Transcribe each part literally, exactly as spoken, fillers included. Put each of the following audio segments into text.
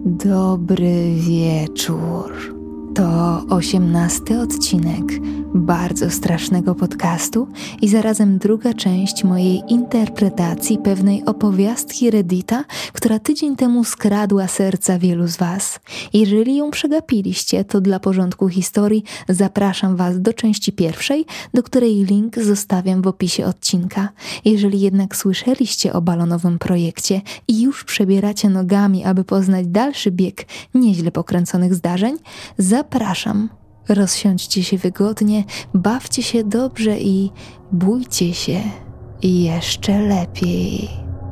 Dobry wieczór. To osiemnasty odcinek bardzo strasznego podcastu i zarazem druga część mojej interpretacji pewnej opowiastki Reddita, która tydzień temu skradła serca wielu z Was. Jeżeli ją przegapiliście, to dla porządku historii zapraszam Was do części pierwszej, do której link zostawiam w opisie odcinka. Jeżeli jednak słyszeliście o balonowym projekcie i już przebieracie nogami, aby poznać dalszy bieg nieźle pokręconych zdarzeń, zapraszam. Rozsiądźcie się wygodnie, bawcie się dobrze i bójcie się jeszcze lepiej.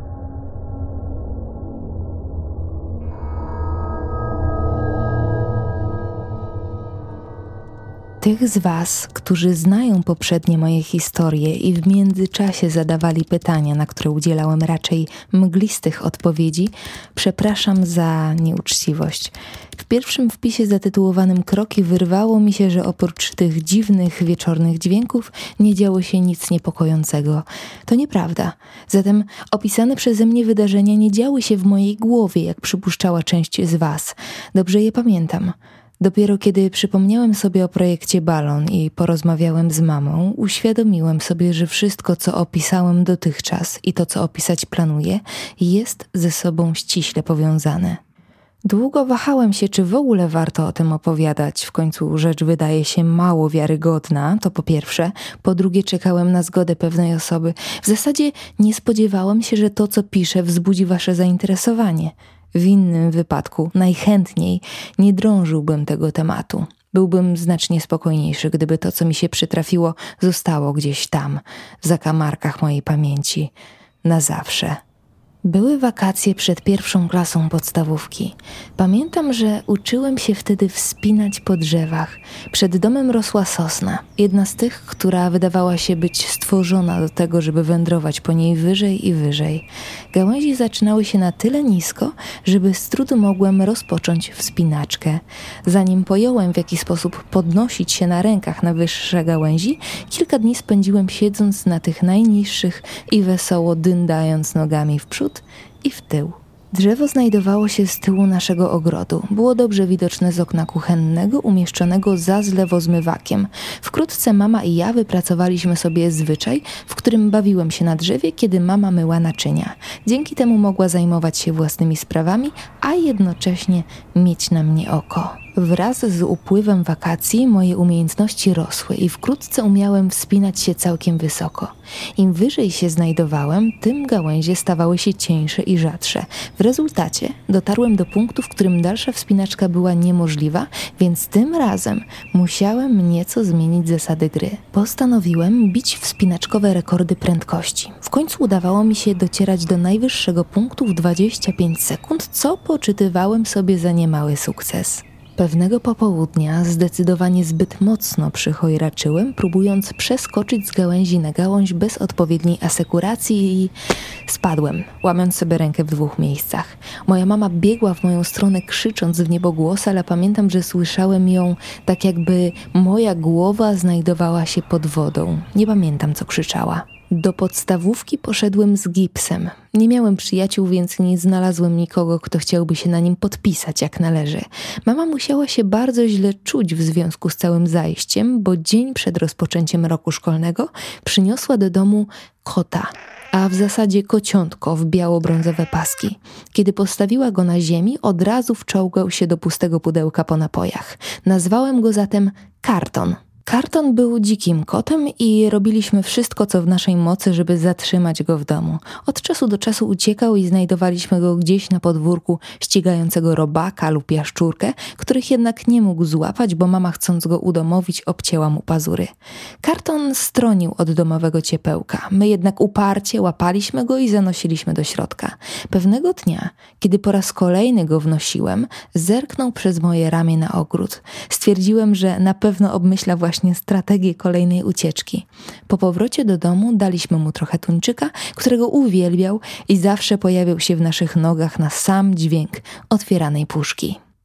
Tych z Was, którzy znają poprzednie moje historie i w międzyczasie zadawali pytania, na które udzielałem raczej mglistych odpowiedzi, przepraszam za nieuczciwość. W pierwszym wpisie zatytułowanym Kroki wyrwało mi się, że oprócz tych dziwnych wieczornych dźwięków nie działo się nic niepokojącego. To nieprawda. Zatem opisane przeze mnie wydarzenia nie działy się w mojej głowie, jak przypuszczała część z Was. Dobrze je pamiętam. Dopiero kiedy przypomniałem sobie o projekcie Balon i porozmawiałem z mamą, uświadomiłem sobie, że wszystko, co opisałem dotychczas i to, co opisać planuję, jest ze sobą ściśle powiązane. Długo wahałem się, czy w ogóle warto o tym opowiadać. W końcu rzecz wydaje się mało wiarygodna, to po pierwsze. Po drugie, czekałem na zgodę pewnej osoby. W zasadzie nie spodziewałem się, że to, co piszę, wzbudzi wasze zainteresowanie. W innym wypadku najchętniej nie drążyłbym tego tematu. Byłbym znacznie spokojniejszy, gdyby to, co mi się przytrafiło, zostało gdzieś tam, w zakamarkach mojej pamięci, na zawsze. Były wakacje przed pierwszą klasą podstawówki. Pamiętam, że uczyłem się wtedy wspinać po drzewach. Przed domem rosła sosna. Jedna z tych, która wydawała się być stworzona do tego, żeby wędrować po niej wyżej i wyżej. Gałęzie zaczynały się na tyle nisko, żeby z trudem mogłem rozpocząć wspinaczkę. Zanim pojąłem, w jaki sposób podnosić się na rękach na wyższe gałęzi, kilka dni spędziłem siedząc na tych najniższych i wesoło dyndając nogami w przód i w tył. Drzewo znajdowało się z tyłu naszego ogrodu. Było dobrze widoczne z okna kuchennego, umieszczonego za zlewozmywakiem. Wkrótce mama i ja wypracowaliśmy sobie zwyczaj, w którym bawiłem się na drzewie, kiedy mama myła naczynia. Dzięki temu mogła zajmować się własnymi sprawami, a jednocześnie mieć na mnie oko. Wraz z upływem wakacji moje umiejętności rosły i wkrótce umiałem wspinać się całkiem wysoko. Im wyżej się znajdowałem, tym gałęzie stawały się cieńsze i rzadsze. W rezultacie dotarłem do punktu, w którym dalsza wspinaczka była niemożliwa, więc tym razem musiałem nieco zmienić zasady gry. Postanowiłem bić wspinaczkowe rekordy prędkości. W końcu udawało mi się docierać do najwyższego punktu w dwadzieścia pięć sekund, co poczytywałem sobie za niemały sukces. Pewnego popołudnia zdecydowanie zbyt mocno przychojraczyłem, próbując przeskoczyć z gałęzi na gałąź bez odpowiedniej asekuracji i spadłem, łamiąc sobie rękę w dwóch miejscach. Moja mama biegła w moją stronę, krzycząc w niebogłos, ale pamiętam, że słyszałem ją tak, jakby moja głowa znajdowała się pod wodą. Nie pamiętam, co krzyczała. Do podstawówki poszedłem z gipsem. Nie miałem przyjaciół, więc nie znalazłem nikogo, kto chciałby się na nim podpisać jak należy. Mama musiała się bardzo źle czuć w związku z całym zajściem, bo dzień przed rozpoczęciem roku szkolnego przyniosła do domu kota, a w zasadzie kociątko w biało-brązowe paski. Kiedy postawiła go na ziemi, od razu wczołgał się do pustego pudełka po napojach. Nazwałem go zatem Karton. Karton był dzikim kotem i robiliśmy wszystko, co w naszej mocy, żeby zatrzymać go w domu. Od czasu do czasu uciekał i znajdowaliśmy go gdzieś na podwórku ścigającego robaka lub jaszczurkę, których jednak nie mógł złapać, bo mama, chcąc go udomowić, obcięła mu pazury. Karton stronił od domowego ciepełka. My jednak uparcie łapaliśmy go i zanosiliśmy do środka. Pewnego dnia, kiedy po raz kolejny go wnosiłem, zerknął przez moje ramię na ogród. Stwierdziłem, że na pewno obmyśla właśnie strategię kolejnej ucieczki. Po powrocie do domu daliśmy mu trochę tuńczyka, którego uwielbiał i zawsze pojawiał się w naszych nogach na sam dźwięk otwieranej puszki.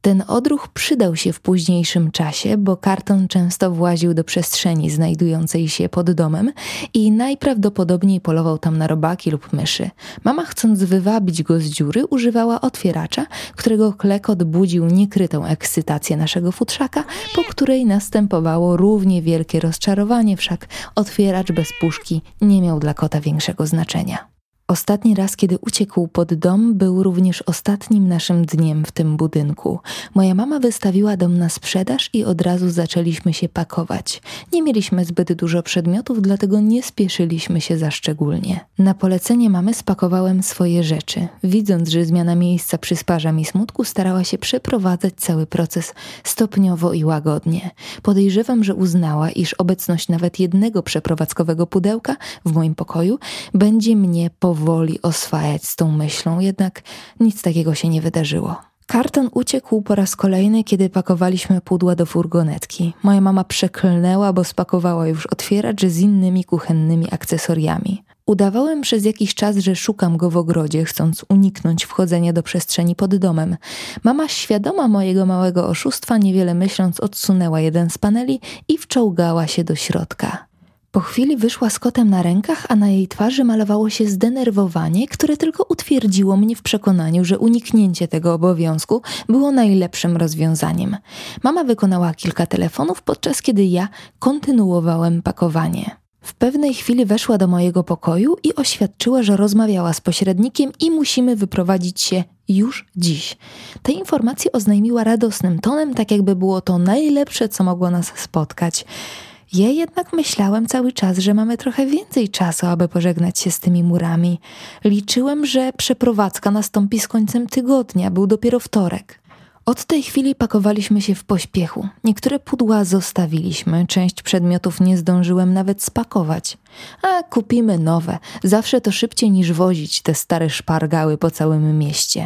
Ten odruch przydał się w późniejszym czasie, bo karton często właził do przestrzeni znajdującej się pod domem i najprawdopodobniej polował tam na robaki lub myszy. Mama, chcąc wywabić go z dziury, używała otwieracza, którego klekot budził niekrytą ekscytację naszego futrzaka, po której następowało równie wielkie rozczarowanie, wszak otwieracz bez puszki nie miał dla kota większego znaczenia. Ostatni raz, kiedy uciekł pod dom, był również ostatnim naszym dniem w tym budynku. Moja mama wystawiła dom na sprzedaż i od razu zaczęliśmy się pakować. Nie mieliśmy zbyt dużo przedmiotów, dlatego nie spieszyliśmy się za szczególnie. Na polecenie mamy spakowałem swoje rzeczy. Widząc, że zmiana miejsca przysparza mi smutku, starała się przeprowadzać cały proces stopniowo i łagodnie. Podejrzewam, że uznała, iż obecność nawet jednego przeprowadzkowego pudełka w moim pokoju będzie mnie powoli woli oswajać z tą myślą, jednak nic takiego się nie wydarzyło. Karton uciekł po raz kolejny, kiedy pakowaliśmy pudła do furgonetki. Moja mama przeklnęła, bo spakowała już otwieracz z innymi kuchennymi akcesoriami. Udawałem przez jakiś czas, że szukam go w ogrodzie, chcąc uniknąć wchodzenia do przestrzeni pod domem. Mama, świadoma mojego małego oszustwa, niewiele myśląc, odsunęła jeden z paneli i wczołgała się do środka. Po chwili wyszła z kotem na rękach, a na jej twarzy malowało się zdenerwowanie, które tylko utwierdziło mnie w przekonaniu, że uniknięcie tego obowiązku było najlepszym rozwiązaniem. Mama wykonała kilka telefonów, podczas kiedy ja kontynuowałem pakowanie. W pewnej chwili weszła do mojego pokoju i oświadczyła, że rozmawiała z pośrednikiem i musimy wyprowadzić się już dziś. Te informacje oznajmiła radosnym tonem, tak jakby było to najlepsze, co mogło nas spotkać. Ja jednak myślałem cały czas, że mamy trochę więcej czasu, aby pożegnać się z tymi murami. Liczyłem, że przeprowadzka nastąpi z końcem tygodnia, był dopiero wtorek. Od tej chwili pakowaliśmy się w pośpiechu. Niektóre pudła zostawiliśmy, część przedmiotów nie zdążyłem nawet spakować. A kupimy nowe, zawsze to szybciej niż wozić te stare szpargały po całym mieście.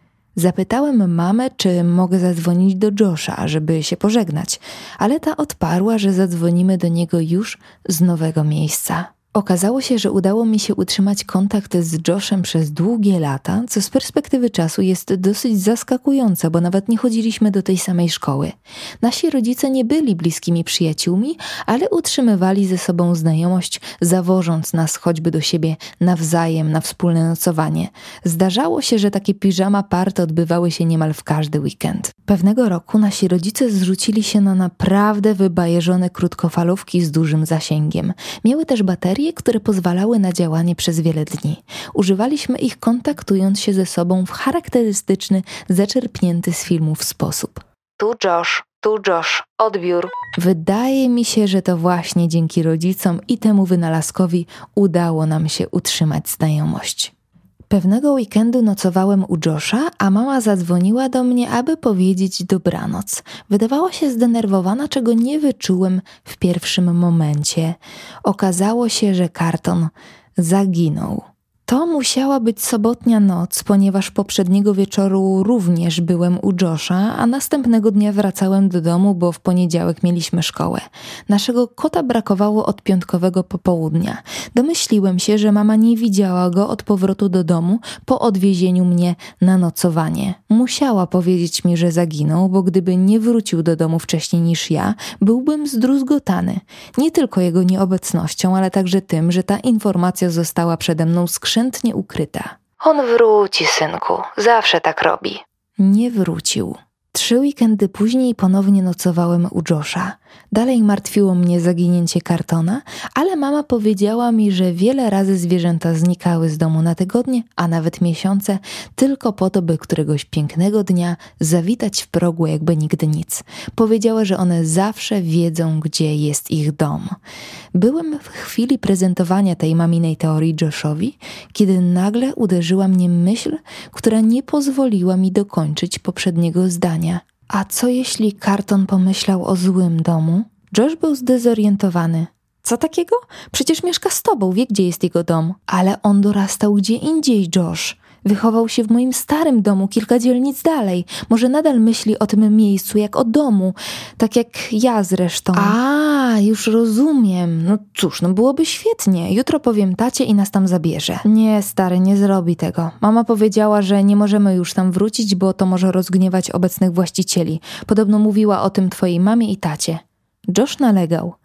Zapytałem mamę, czy mogę zadzwonić do Josha, żeby się pożegnać, ale ta odparła, że zadzwonimy do niego już z nowego miejsca. Okazało się, że udało mi się utrzymać kontakt z Joshem przez długie lata, co z perspektywy czasu jest dosyć zaskakujące, bo nawet nie chodziliśmy do tej samej szkoły. Nasi rodzice nie byli bliskimi przyjaciółmi, ale utrzymywali ze sobą znajomość, zawożąc nas choćby do siebie nawzajem na wspólne nocowanie. Zdarzało się, że takie piżama party odbywały się niemal w każdy weekend. Pewnego roku nasi rodzice zrzucili się na naprawdę wybajeżone krótkofalówki z dużym zasięgiem. Miały też baterie, które pozwalały na działanie przez wiele dni. Używaliśmy ich, kontaktując się ze sobą w charakterystyczny, zaczerpnięty z filmów sposób. Tu Josh, tu Josh, odbiór. Wydaje mi się, że to właśnie dzięki rodzicom i temu wynalazkowi udało nam się utrzymać znajomość. Pewnego weekendu nocowałem u Josha, a mama zadzwoniła do mnie, aby powiedzieć dobranoc. Wydawała się zdenerwowana, czego nie wyczułem w pierwszym momencie. Okazało się, że karton zaginął. To musiała być sobotnia noc, ponieważ poprzedniego wieczoru również byłem u Josha, a następnego dnia wracałem do domu, bo w poniedziałek mieliśmy szkołę. Naszego kota brakowało od piątkowego popołudnia. Domyśliłem się, że mama nie widziała go od powrotu do domu po odwiezieniu mnie na nocowanie. Musiała powiedzieć mi, że zaginął, bo gdyby nie wrócił do domu wcześniej niż ja, byłbym zdruzgotany. Nie tylko jego nieobecnością, ale także tym, że ta informacja została przede mną skrzydłana skrzętnie ukryta. On wróci, synku, zawsze tak robi. Nie wrócił. Trzy weekendy później ponownie nocowałem u Josha. Dalej martwiło mnie zaginięcie kartona, ale mama powiedziała mi, że wiele razy zwierzęta znikały z domu na tygodnie, a nawet miesiące, tylko po to, by któregoś pięknego dnia zawitać w progu jakby nigdy nic. Powiedziała, że one zawsze wiedzą, gdzie jest ich dom. Byłem w chwili prezentowania tej maminej teorii Joshowi, kiedy nagle uderzyła mnie myśl, która nie pozwoliła mi dokończyć poprzedniego zdania. A co jeśli karton pomyślał o złym domu? Josh był zdezorientowany. Co takiego? Przecież mieszka z tobą, wie gdzie jest jego dom. Ale on dorastał gdzie indziej, Josh. Wychował się w moim starym domu, kilka dzielnic dalej. Może nadal myśli o tym miejscu jak o domu, tak jak ja zresztą. A, już rozumiem. No cóż, no byłoby świetnie. Jutro powiem tacie i nas tam zabierze. Nie, stary, nie zrobi tego. Mama powiedziała, że nie możemy już tam wrócić, bo to może rozgniewać obecnych właścicieli. Podobno mówiła o tym twojej mamie i tacie. Josh nalegał.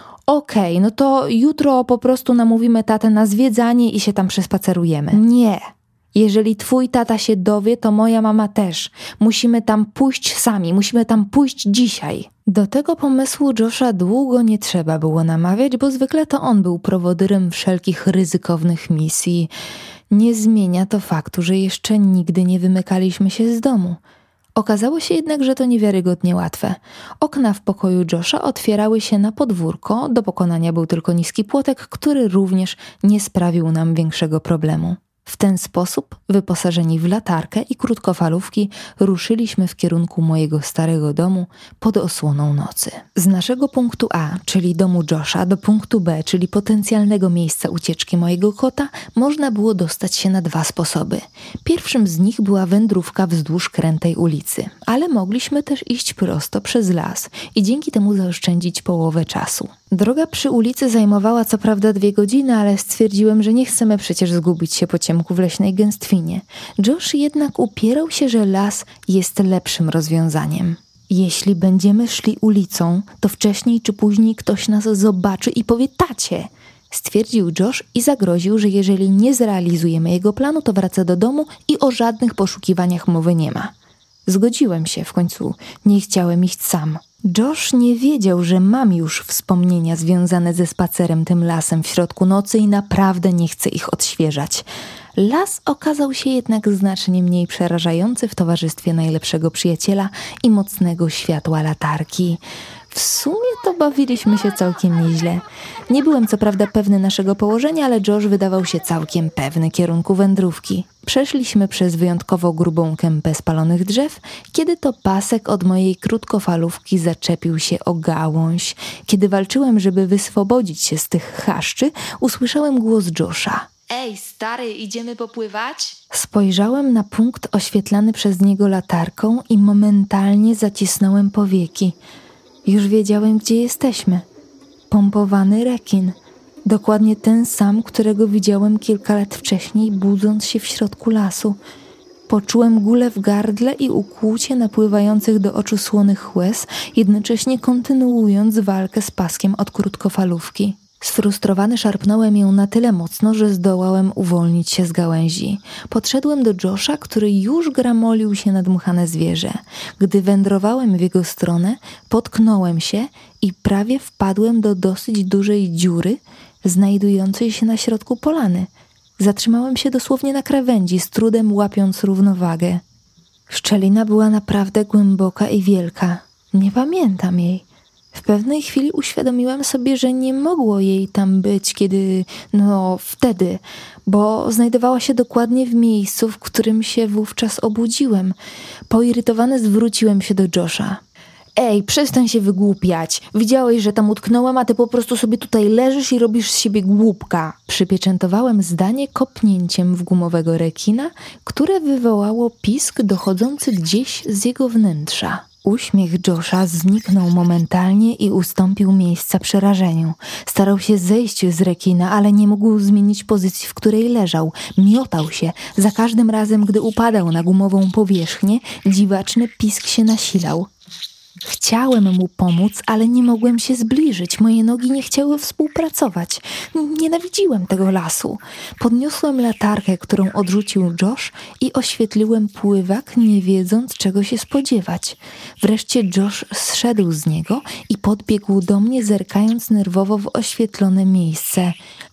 Okej, okay, no to jutro po prostu namówimy tatę na zwiedzanie i się tam przespacerujemy. Nie. Jeżeli twój tata się dowie, to moja mama też. Musimy tam pójść sami, musimy tam pójść dzisiaj. Do tego pomysłu Josha długo nie trzeba było namawiać, bo zwykle to on był prowodyrem wszelkich ryzykownych misji. Nie zmienia to faktu, że jeszcze nigdy nie wymykaliśmy się z domu. Okazało się jednak, że to niewiarygodnie łatwe. Okna w pokoju Josha otwierały się na podwórko, do pokonania był tylko niski płotek, który również nie sprawił nam większego problemu. W ten sposób, wyposażeni w latarkę i krótkofalówki, ruszyliśmy w kierunku mojego starego domu pod osłoną nocy. Z naszego punktu A, czyli domu Josha, do punktu B, czyli potencjalnego miejsca ucieczki mojego kota, można było dostać się na dwa sposoby. Pierwszym z nich była wędrówka wzdłuż krętej ulicy, ale mogliśmy też iść prosto przez las i dzięki temu zaoszczędzić połowę czasu. Droga przy ulicy zajmowała co prawda dwie godziny, ale stwierdziłem, że nie chcemy przecież zgubić się po ciemku w leśnej gęstwinie. Josh jednak upierał się, że las jest lepszym rozwiązaniem. Jeśli będziemy szli ulicą, to wcześniej czy później ktoś nas zobaczy i powie tacie, stwierdził Josh i zagroził, że jeżeli nie zrealizujemy jego planu, to wraca do domu i o żadnych poszukiwaniach mowy nie ma. Zgodziłem się, w końcu nie chciałem iść sam. Josh nie wiedział, że mam już wspomnienia związane ze spacerem tym lasem w środku nocy i naprawdę nie chcę ich odświeżać. Las okazał się jednak znacznie mniej przerażający w towarzystwie najlepszego przyjaciela i mocnego światła latarki. W sumie to bawiliśmy się całkiem nieźle. Nie byłem co prawda pewny naszego położenia, ale Josh wydawał się całkiem pewny kierunku wędrówki. Przeszliśmy przez wyjątkowo grubą kępę spalonych drzew, kiedy to pasek od mojej krótkofalówki zaczepił się o gałąź. Kiedy walczyłem, żeby wyswobodzić się z tych chaszczy, usłyszałem głos Josha. Ej, stary, idziemy popływać? Spojrzałem na punkt oświetlany przez niego latarką i momentalnie zacisnąłem powieki. Już wiedziałem, gdzie jesteśmy. Pompowany rekin. Dokładnie ten sam, którego widziałem kilka lat wcześniej, budząc się w środku lasu. Poczułem gulę w gardle i ukłucie napływających do oczu słonych łez, jednocześnie kontynuując walkę z paskiem od krótkofalówki. Sfrustrowany szarpnąłem ją na tyle mocno, że zdołałem uwolnić się z gałęzi. Podszedłem do Josha, który już gramolił się nadmuchane zwierzę. Gdy wędrowałem w jego stronę, potknąłem się i prawie wpadłem do dosyć dużej dziury, znajdującej się na środku polany. Zatrzymałem się dosłownie na krawędzi, z trudem łapiąc równowagę. Szczelina była naprawdę głęboka i wielka. Nie pamiętam jej. W pewnej chwili uświadomiłem sobie, że nie mogło jej tam być, kiedy, no wtedy, bo znajdowała się dokładnie w miejscu, w którym się wówczas obudziłem. Poirytowany zwróciłem się do Josha. Ej, przestań się wygłupiać. Widziałeś, że tam utknąłem, a ty po prostu sobie tutaj leżysz i robisz z siebie głupka. Przypieczętowałem zdanie kopnięciem w gumowego rekina, które wywołało pisk dochodzący gdzieś z jego wnętrza. Uśmiech Josha zniknął momentalnie i ustąpił miejsca przerażeniu. Starał się zejść z rekina, ale nie mógł zmienić pozycji, w której leżał. Miotał się. Za każdym razem, gdy upadał na gumową powierzchnię, dziwaczny pisk się nasilał. Chciałem mu pomóc, ale nie mogłem się zbliżyć. Moje nogi nie chciały współpracować. Nienawidziłem tego lasu. Podniosłem latarkę, którą odrzucił Josh i oświetliłem pływak, nie wiedząc, czego się spodziewać. Wreszcie Josh zszedł z niego i podbiegł do mnie, zerkając nerwowo w oświetlone miejsce.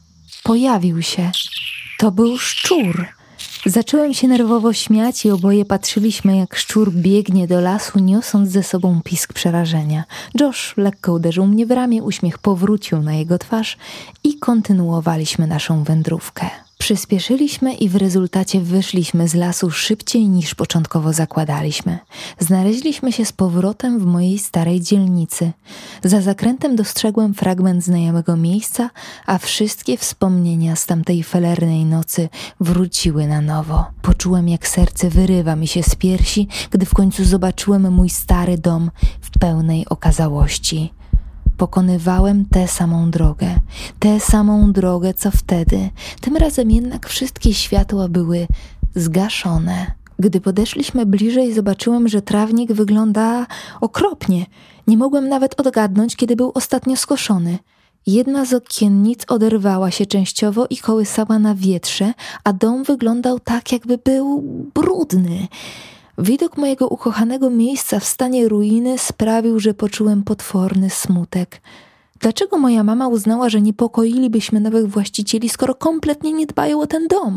Pojawił się. To był szczur. Zacząłem się nerwowo śmiać i oboje patrzyliśmy, jak szczur biegnie do lasu, niosąc ze sobą pisk przerażenia. Josh lekko uderzył mnie w ramię, uśmiech powrócił na jego twarz i kontynuowaliśmy naszą wędrówkę. Przyspieszyliśmy i w rezultacie wyszliśmy z lasu szybciej niż początkowo zakładaliśmy. Znaleźliśmy się z powrotem w mojej starej dzielnicy. Za zakrętem dostrzegłem fragment znajomego miejsca, a wszystkie wspomnienia z tamtej felernej nocy wróciły na nowo. Poczułem, jak serce wyrywa mi się z piersi, gdy w końcu zobaczyłem mój stary dom w pełnej okazałości. Pokonywałem tę samą drogę, tę samą drogę, co wtedy. Tym razem jednak wszystkie światła były zgaszone. Gdy podeszliśmy bliżej, zobaczyłem, że trawnik wygląda okropnie. Nie mogłem nawet odgadnąć, kiedy był ostatnio skoszony. Jedna z okiennic oderwała się częściowo i kołysała na wietrze, a dom wyglądał tak, jakby był brudny. Widok mojego ukochanego miejsca w stanie ruiny sprawił, że poczułem potworny smutek. Dlaczego moja mama uznała, że niepokoilibyśmy nowych właścicieli, skoro kompletnie nie dbają o ten dom?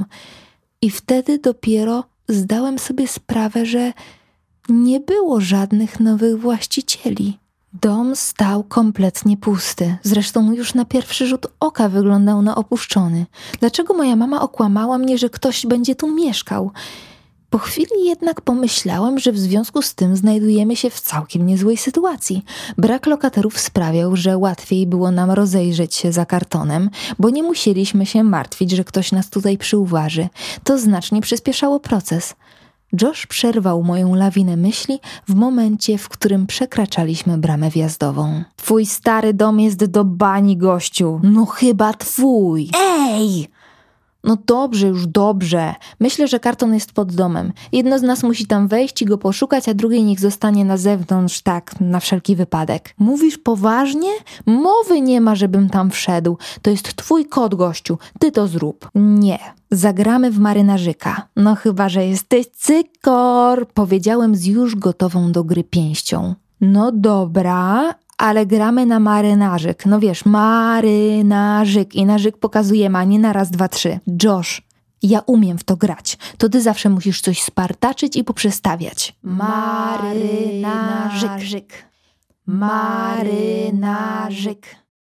I wtedy dopiero zdałem sobie sprawę, że nie było żadnych nowych właścicieli. Dom stał kompletnie pusty. Zresztą już na pierwszy rzut oka wyglądał na opuszczony. Dlaczego moja mama okłamała mnie, że ktoś będzie tu mieszkał? Po chwili jednak pomyślałem, że w związku z tym znajdujemy się w całkiem niezłej sytuacji. Brak lokatorów sprawiał, że łatwiej było nam rozejrzeć się za kartonem, bo nie musieliśmy się martwić, że ktoś nas tutaj przyuważy. To znacznie przyspieszało proces. Josh przerwał moją lawinę myśli w momencie, w którym przekraczaliśmy bramę wjazdową. Twój stary dom jest do bani, gościu. No chyba twój. Ej! No dobrze, już dobrze. Myślę, że karton jest pod domem. Jedno z nas musi tam wejść i go poszukać, a drugie niech zostanie na zewnątrz, tak, na wszelki wypadek. Mówisz poważnie? Mowy nie ma, żebym tam wszedł. To jest twój kot, gościu. Ty to zrób. Nie. Zagramy w marynarzyka. No chyba, że jesteś cykor, powiedziałem z już gotową do gry pięścią. No dobra, ale gramy na marynarzyk. No wiesz, marynarzyk. I narzyk pokazujemy, a nie na raz, dwa, trzy. Josh, ja umiem w to grać. To ty zawsze musisz coś spartaczyć i poprzestawiać. Marynarzyk. Marynarzyk.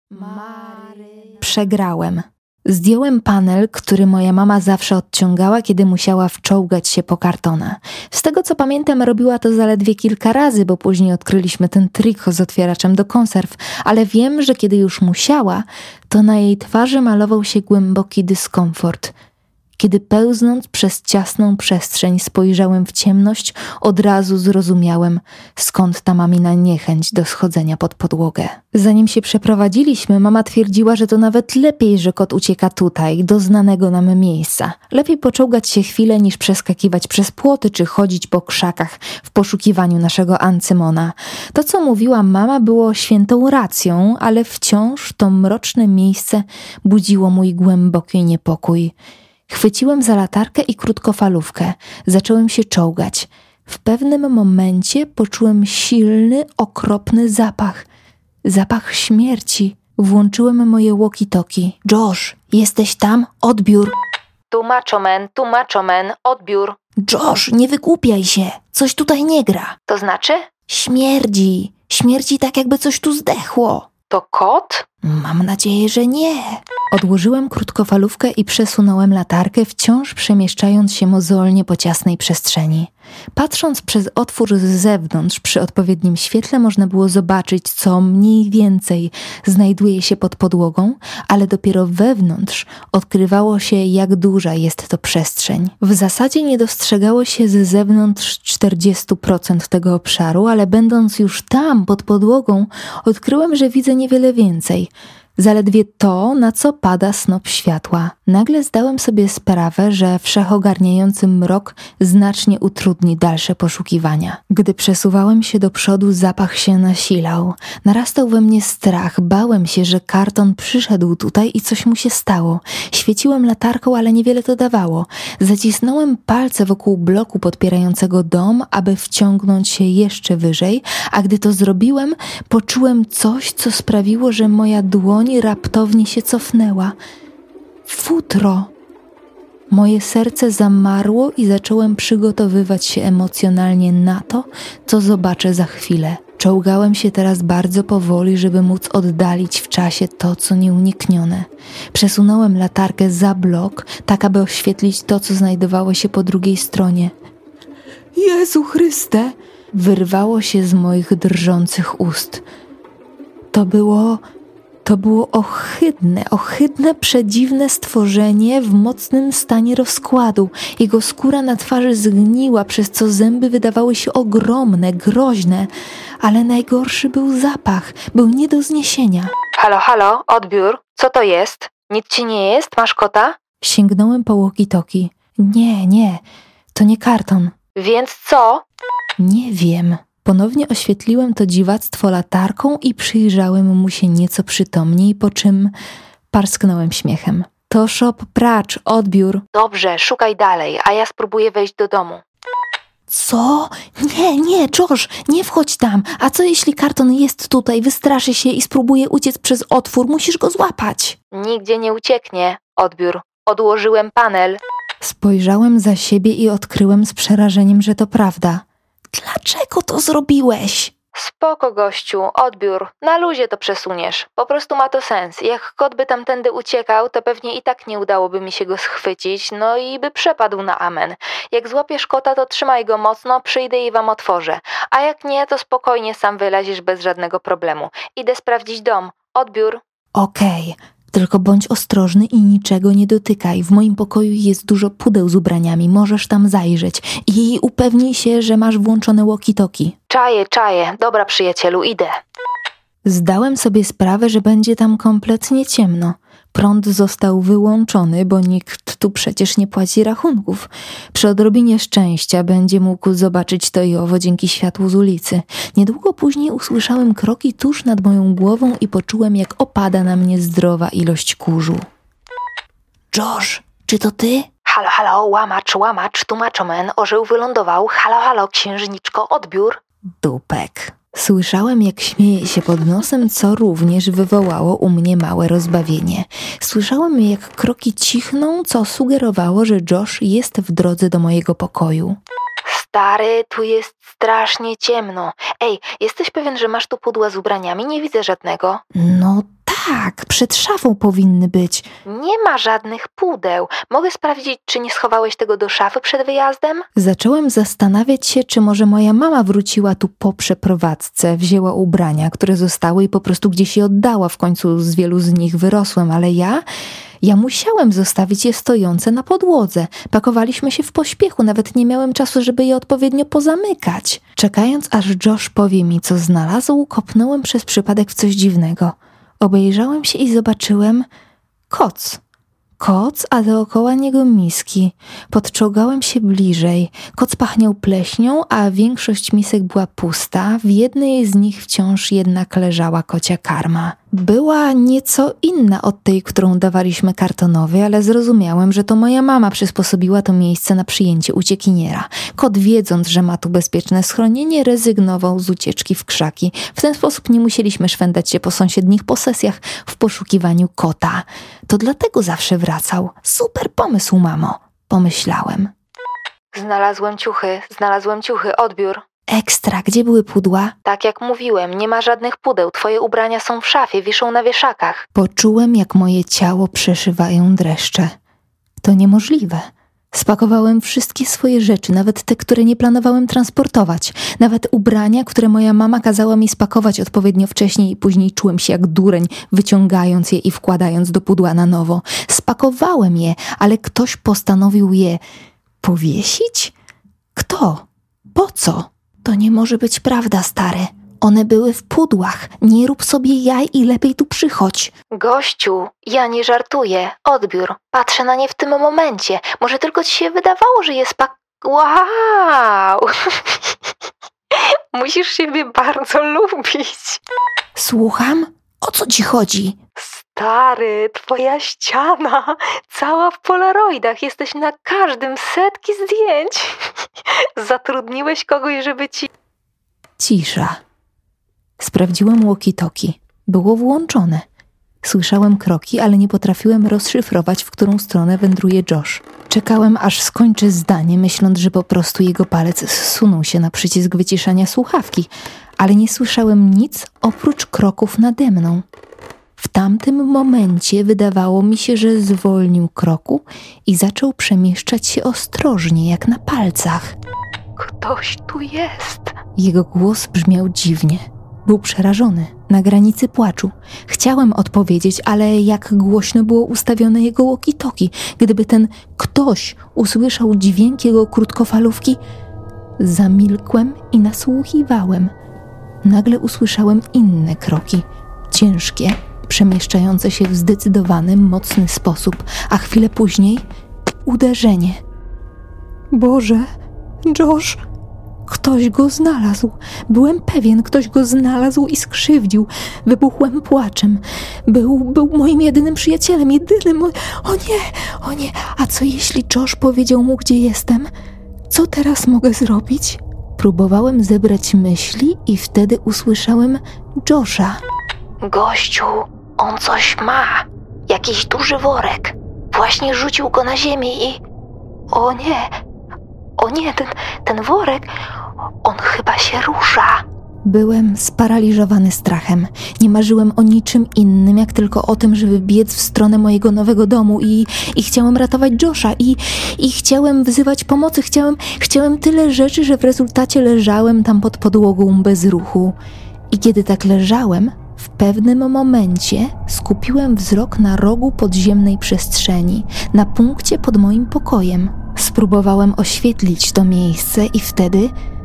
Marynarzyk. Przegrałem. Zdjąłem panel, który moja mama zawsze odciągała, kiedy musiała wczołgać się po kartona. Z tego co pamiętam, robiła to zaledwie kilka razy, bo później odkryliśmy ten trik z otwieraczem do konserw, ale wiem, że kiedy już musiała, to na jej twarzy malował się głęboki dyskomfort. Kiedy pełznąc przez ciasną przestrzeń spojrzałem w ciemność, od razu zrozumiałem, skąd ta mamina niechęć do schodzenia pod podłogę. Zanim się przeprowadziliśmy, mama twierdziła, że to nawet lepiej, że kot ucieka tutaj, do znanego nam miejsca. Lepiej poczołgać się chwilę, niż przeskakiwać przez płoty czy chodzić po krzakach w poszukiwaniu naszego Ancymona. To, co mówiła mama, było świętą racją, ale wciąż to mroczne miejsce budziło mój głęboki niepokój. Chwyciłem za latarkę i krótkofalówkę. Zacząłem się czołgać. W pewnym momencie poczułem silny, okropny zapach. Zapach śmierci. Włączyłem moje walkie-talkie. Josh, jesteś tam? Odbiór. Tu macho man, tu macho man, odbiór. Josh, nie wygłupiaj się. Coś tutaj nie gra. To znaczy? Śmierdzi. Śmierdzi tak, jakby coś tu zdechło. To kot? Mam nadzieję, że nie. Odłożyłem krótkofalówkę i przesunąłem latarkę, wciąż przemieszczając się mozolnie po ciasnej przestrzeni. Patrząc przez otwór z zewnątrz, przy odpowiednim świetle można było zobaczyć, co mniej więcej znajduje się pod podłogą, ale dopiero wewnątrz odkrywało się, jak duża jest to przestrzeń. W zasadzie nie dostrzegało się z zewnątrz czterdzieści procent tego obszaru, ale będąc już tam, pod podłogą, odkryłem, że widzę niewiele więcej. Zaledwie to, na co pada snop światła. Nagle zdałem sobie sprawę, że wszechogarniający mrok znacznie utrudni dalsze poszukiwania. Gdy przesuwałem się do przodu, zapach się nasilał. Narastał we mnie strach, bałem się, że karton przyszedł tutaj i coś mu się stało. Świeciłem latarką, ale niewiele to dawało. Zacisnąłem palce wokół bloku podpierającego dom, aby wciągnąć się jeszcze wyżej, a gdy to zrobiłem, poczułem coś, co sprawiło, że moja dłoń raptownie się cofnęła. Futro! Moje serce zamarło i zacząłem przygotowywać się emocjonalnie na to, co zobaczę za chwilę. Czołgałem się teraz bardzo powoli, żeby móc oddalić w czasie to, co nieuniknione. Przesunąłem latarkę za blok, tak aby oświetlić to, co znajdowało się po drugiej stronie. Jezu Chryste! Wyrwało się z moich drżących ust. To było... To było ohydne, ohydne, przedziwne stworzenie w mocnym stanie rozkładu. Jego skóra na twarzy zgniła, przez co zęby wydawały się ogromne, groźne. Ale najgorszy był zapach, był nie do zniesienia. Halo, halo, odbiór, co to jest? Nic ci nie jest? Masz kota? Sięgnąłem po walkie-talkie. Nie, nie, to nie karton. Więc co? Nie wiem. Ponownie oświetliłem to dziwactwo latarką i przyjrzałem mu się nieco przytomniej, po czym parsknąłem śmiechem. To shop pracz, odbiór. Dobrze, szukaj dalej, a ja spróbuję wejść do domu. Co? Nie, nie, Josh, nie wchodź tam. A co jeśli karton jest tutaj, wystraszy się i spróbuje uciec przez otwór? Musisz go złapać. Nigdzie nie ucieknie, odbiór. Odłożyłem panel. Spojrzałem za siebie i odkryłem z przerażeniem, że to prawda. Dlaczego to zrobiłeś? Spoko, gościu, odbiór. Na luzie to przesuniesz. Po prostu ma to sens. Jak kot by tamtędy uciekał, to pewnie i tak nie udałoby mi się go schwycić, no i by przepadł na amen. Jak złapiesz kota, to trzymaj go mocno, przyjdę i wam otworzę. A jak nie, to spokojnie sam wylazisz bez żadnego problemu. Idę sprawdzić dom. Odbiór. Okej. Tylko bądź ostrożny i niczego nie dotykaj. W moim pokoju jest dużo pudeł z ubraniami. Możesz tam zajrzeć. I upewnij się, że masz włączone walkie-talkie. Czaję, czaję. Dobra, przyjacielu, idę. Zdałem sobie sprawę, że będzie tam kompletnie ciemno. Prąd został wyłączony, bo nikt tu przecież nie płaci rachunków. Przy odrobinie szczęścia będzie mógł zobaczyć to i owo dzięki światłu z ulicy. Niedługo później usłyszałem kroki tuż nad moją głową i poczułem, jak opada na mnie zdrowa ilość kurzu. Josh, czy to ty? Halo, halo, łamacz, łamacz, tłumaczomen, orzeł wylądował. Halo, halo, księżniczko, odbiór. Dupek. Słyszałem, jak śmieje się pod nosem, co również wywołało u mnie małe rozbawienie. Słyszałem, jak kroki cichną, co sugerowało, że Josh jest w drodze do mojego pokoju. Stary, tu jest strasznie ciemno. Ej, jesteś pewien, że masz tu pudła z ubraniami? Nie widzę żadnego. No tak, przed szafą powinny być. Nie ma żadnych pudeł. Mogę sprawdzić, czy nie schowałeś tego do szafy przed wyjazdem? Zacząłem zastanawiać się, czy może moja mama wróciła tu po przeprowadzce, wzięła ubrania, które zostały i po prostu gdzieś je oddała. W końcu z wielu z nich wyrosłem, ale ja... Ja musiałem zostawić je stojące na podłodze. Pakowaliśmy się w pośpiechu, nawet nie miałem czasu, żeby je odpowiednio pozamykać. Czekając, aż Josh powie mi, co znalazł, kopnąłem przez przypadek w coś dziwnego. Obejrzałem się i zobaczyłem koc. Koc, a dookoła niego miski. Podczołgałem się bliżej. Koc pachniał pleśnią, a większość misek była pusta. W jednej z nich wciąż jednak leżała kocia karma. Była nieco inna od tej, którą dawaliśmy kartonowi, ale zrozumiałem, że to moja mama przysposobiła to miejsce na przyjęcie uciekiniera. Kot, wiedząc, że ma tu bezpieczne schronienie, rezygnował z ucieczki w krzaki. W ten sposób nie musieliśmy szwendać się po sąsiednich posesjach w poszukiwaniu kota. To dlatego zawsze wracał. Super pomysł, mamo, pomyślałem. Znalazłem ciuchy, znalazłem ciuchy, odbiór. Ekstra, gdzie były pudła? Tak jak mówiłem, nie ma żadnych pudeł. Twoje ubrania są w szafie, wiszą na wieszakach. Poczułem, jak moje ciało przeszywają dreszcze. To niemożliwe. Spakowałem wszystkie swoje rzeczy, nawet te, które nie planowałem transportować. Nawet ubrania, które moja mama kazała mi spakować odpowiednio wcześniej i później czułem się jak dureń, wyciągając je i wkładając do pudła na nowo. Spakowałem je, ale ktoś postanowił je powiesić? Kto? Po co? To nie może być prawda, stary. One były w pudłach. Nie rób sobie jaj i lepiej tu przychodź. Gościu, ja nie żartuję. Odbiór. Patrzę na nie w tym momencie. Może tylko ci się wydawało, że jest pak... Wow! Musisz siebie bardzo lubić. Słucham? O co ci chodzi? Stary, twoja ściana, cała w polaroidach, jesteś na każdym, setki zdjęć. Zatrudniłeś kogoś, żeby ci... Cisza. Sprawdziłem walkie-talkie. Było włączone. Słyszałem kroki, ale nie potrafiłem rozszyfrować, w którą stronę wędruje Josh. Czekałem, aż skończy zdanie, myśląc, że po prostu jego palec zsunął się na przycisk wyciszania słuchawki, ale nie słyszałem nic oprócz kroków nade mną. W tamtym momencie wydawało mi się, że zwolnił kroku i zaczął przemieszczać się ostrożnie, jak na palcach. Ktoś tu jest. Jego głos brzmiał dziwnie. Był przerażony, na granicy płaczu. Chciałem odpowiedzieć, ale jak głośno było ustawione jego walkie-talkie. Gdyby ten ktoś usłyszał dźwięk jego krótkofalówki, zamilkłem i nasłuchiwałem. Nagle usłyszałem inne kroki, ciężkie, przemieszczające się w zdecydowany, mocny sposób, a chwilę później uderzenie. Boże, Josh! Ktoś go znalazł. Byłem pewien, ktoś go znalazł i skrzywdził. Wybuchłem płaczem. Był, był moim jedynym przyjacielem, jedynym. O, o nie, o nie. A co jeśli Josh powiedział mu, gdzie jestem? Co teraz mogę zrobić? Próbowałem zebrać myśli i wtedy usłyszałem Josha. Gościu, on coś ma. Jakiś duży worek. Właśnie rzucił go na ziemię i... O nie, o nie, ten, ten worek, on chyba się rusza. Byłem sparaliżowany strachem. Nie marzyłem o niczym innym, jak tylko o tym, żeby biec w stronę mojego nowego domu i, i chciałem ratować Josha i, i chciałem wzywać pomocy. Chciałem, chciałem tyle rzeczy, że w rezultacie leżałem tam pod podłogą bez ruchu. I kiedy tak leżałem, w pewnym momencie skupiłem wzrok na rogu podziemnej przestrzeni, na punkcie pod moim pokojem. Spróbowałem oświetlić to miejsce i wtedy,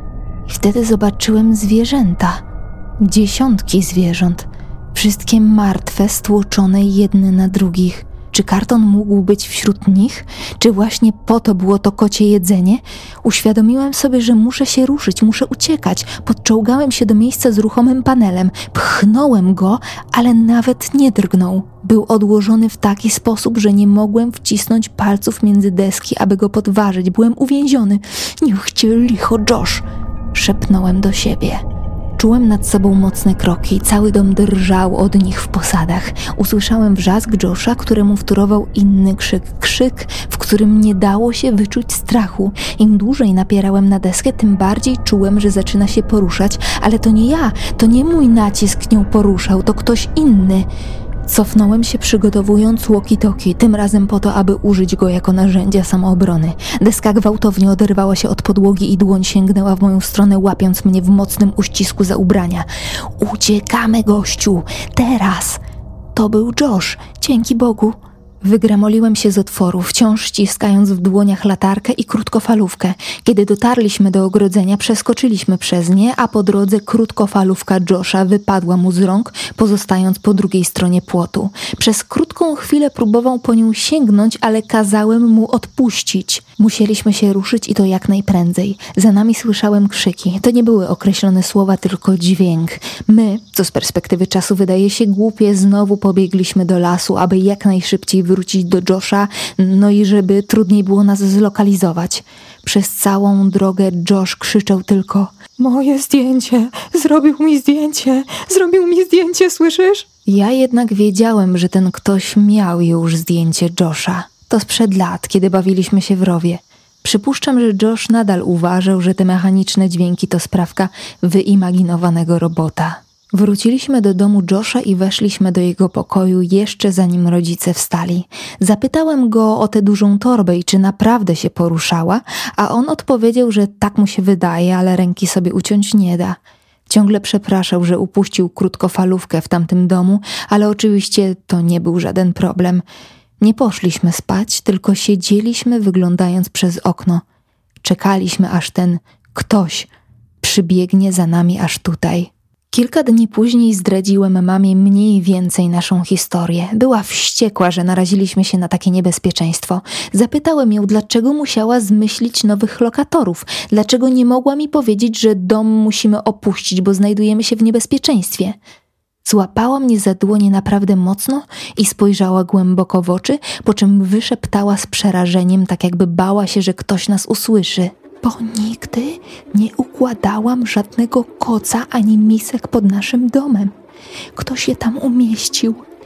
i wtedy zobaczyłem zwierzęta. Dziesiątki zwierząt. Wszystkie martwe, stłoczone jedne na drugich. Czy karton mógł być wśród nich? Czy właśnie po to było to kocie jedzenie? Uświadomiłem sobie, że muszę się ruszyć, muszę uciekać. Podczołgałem się do miejsca z ruchomym panelem. Pchnąłem go, ale nawet nie drgnął. Był odłożony w taki sposób, że nie mogłem wcisnąć palców między deski, aby go podważyć. Byłem uwięziony. Niech cię licho, Josh! Szepnąłem do siebie. Czułem nad sobą mocne kroki, cały dom drżał od nich w posadach. Usłyszałem wrzask Josha, któremu wtórował inny krzyk. Krzyk, w którym nie dało się wyczuć strachu. Im dłużej napierałem na deskę, tym bardziej czułem, że zaczyna się poruszać, ale to nie ja, to nie mój nacisk nią poruszał, to ktoś inny. Cofnąłem się, przygotowując walkie-talkie, tym razem po to, aby użyć go jako narzędzia samoobrony. Deska gwałtownie oderwała się od podłogi i dłoń sięgnęła w moją stronę, łapiąc mnie w mocnym uścisku za ubrania. Uciekamy, gościu! Teraz! To był Josh, dzięki Bogu. Wygramoliłem się z otworu, wciąż ściskając w dłoniach latarkę i krótkofalówkę. Kiedy dotarliśmy do ogrodzenia, przeskoczyliśmy przez nie, a po drodze krótkofalówka Josha wypadła mu z rąk, pozostając po drugiej stronie płotu. Przez krótką chwilę próbował po nią sięgnąć, ale kazałem mu odpuścić. Musieliśmy się ruszyć i to jak najprędzej. Za nami słyszałem krzyki. To nie były określone słowa, tylko dźwięk. My, co z perspektywy czasu wydaje się głupie, znowu pobiegliśmy do lasu, aby jak najszybciej wrócić do Josha, no i żeby trudniej było nas zlokalizować. Przez całą drogę Josh krzyczał tylko: moje zdjęcie! Zrobił mi zdjęcie! Zrobił mi zdjęcie, słyszysz? Ja jednak wiedziałem, że ten ktoś miał już zdjęcie Josha. To sprzed lat, kiedy bawiliśmy się w rowie. Przypuszczam, że Josh nadal uważał, że te mechaniczne dźwięki to sprawka wyimaginowanego robota. Wróciliśmy do domu Josha i weszliśmy do jego pokoju jeszcze zanim rodzice wstali. Zapytałem go o tę dużą torbę i czy naprawdę się poruszała, a on odpowiedział, że tak mu się wydaje, ale ręki sobie uciąć nie da. Ciągle przepraszał, że upuścił krótkofalówkę w tamtym domu, ale oczywiście to nie był żaden problem. Nie poszliśmy spać, tylko siedzieliśmy, wyglądając przez okno. Czekaliśmy, aż ten ktoś przybiegnie za nami aż tutaj. Kilka dni później zdradziłem mamie mniej więcej naszą historię. Była wściekła, że naraziliśmy się na takie niebezpieczeństwo. Zapytałem ją, dlaczego musiała zmyślić nowych lokatorów. Dlaczego nie mogła mi powiedzieć, że dom musimy opuścić, bo znajdujemy się w niebezpieczeństwie. Złapała mnie za dłonie naprawdę mocno i spojrzała głęboko w oczy, po czym wyszeptała z przerażeniem, tak jakby bała się, że ktoś nas usłyszy. Bo nigdy nie układałam żadnego koca ani misek pod naszym domem. Ktoś je tam umieścił.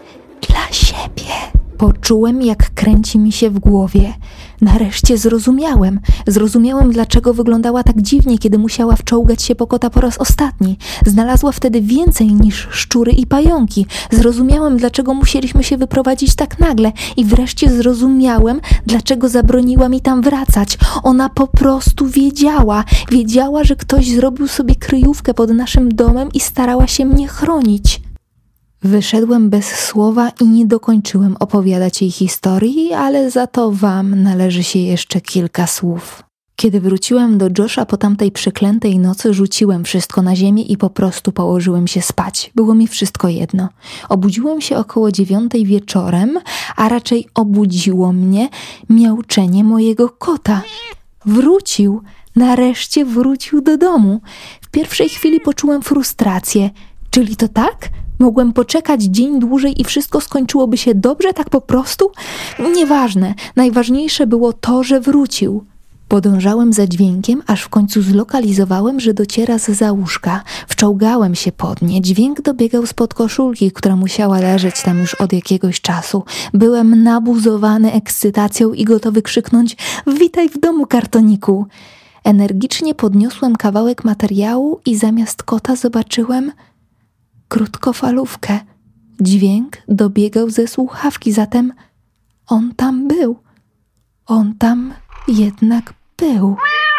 dla siebie. Poczułem, jak kręci mi się w głowie. Nareszcie zrozumiałem. Zrozumiałem, dlaczego wyglądała tak dziwnie, kiedy musiała wczołgać się po kota po raz ostatni. Znalazła wtedy więcej niż szczury i pająki. Zrozumiałem, dlaczego musieliśmy się wyprowadzić tak nagle. I wreszcie zrozumiałem, dlaczego zabroniła mi tam wracać. Ona po prostu wiedziała. Wiedziała, że ktoś zrobił sobie kryjówkę pod naszym domem i starała się mnie chronić. Wyszedłem bez słowa i nie dokończyłem opowiadać jej historii, ale za to wam należy się jeszcze kilka słów. Kiedy wróciłem do Josha po tamtej przeklętej nocy, rzuciłem wszystko na ziemię i po prostu położyłem się spać. Było mi wszystko jedno. Obudziłem się około dziewiątej wieczorem, a raczej obudziło mnie miauczenie mojego kota. Wrócił. Nareszcie wrócił do domu. W pierwszej chwili poczułem frustrację. Czyli to tak? Mogłem poczekać dzień dłużej i wszystko skończyłoby się dobrze, tak po prostu? Nieważne. Najważniejsze było to, że wrócił. Podążałem za dźwiękiem, aż w końcu zlokalizowałem, że dociera zza łóżka. Wczołgałem się pod nie. Dźwięk dobiegał spod koszulki, która musiała leżeć tam już od jakiegoś czasu. Byłem nabuzowany ekscytacją i gotowy krzyknąć: witaj w domu, kartoniku! Energicznie podniosłem kawałek materiału i zamiast kota zobaczyłem krótkofalówkę. Dźwięk dobiegał ze słuchawki, zatem on tam był. On tam jednak był.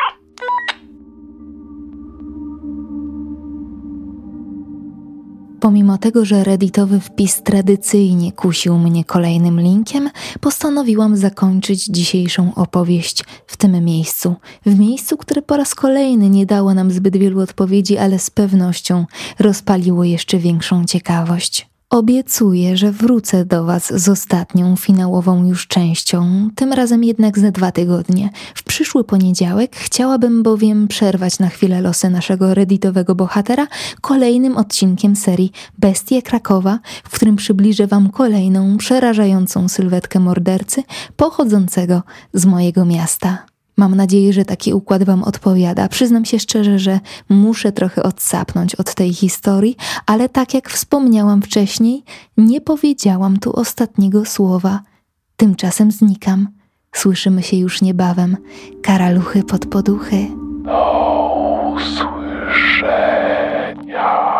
Pomimo tego, że redditowy wpis tradycyjnie kusił mnie kolejnym linkiem, postanowiłam zakończyć dzisiejszą opowieść w tym miejscu. W miejscu, które po raz kolejny nie dało nam zbyt wielu odpowiedzi, ale z pewnością rozpaliło jeszcze większą ciekawość. Obiecuję, że wrócę do was z ostatnią, finałową już częścią, tym razem jednak za dwa tygodnie. W przyszły poniedziałek chciałabym bowiem przerwać na chwilę losy naszego redditowego bohatera kolejnym odcinkiem serii Bestie Krakowa, w którym przybliżę wam kolejną, przerażającą sylwetkę mordercy pochodzącego z mojego miasta. Mam nadzieję, że taki układ wam odpowiada. Przyznam się szczerze, że muszę trochę odsapnąć od tej historii, ale tak jak wspomniałam wcześniej, nie powiedziałam tu ostatniego słowa. Tymczasem znikam. Słyszymy się już niebawem. Karaluchy pod poduchy. Do usłyszenia.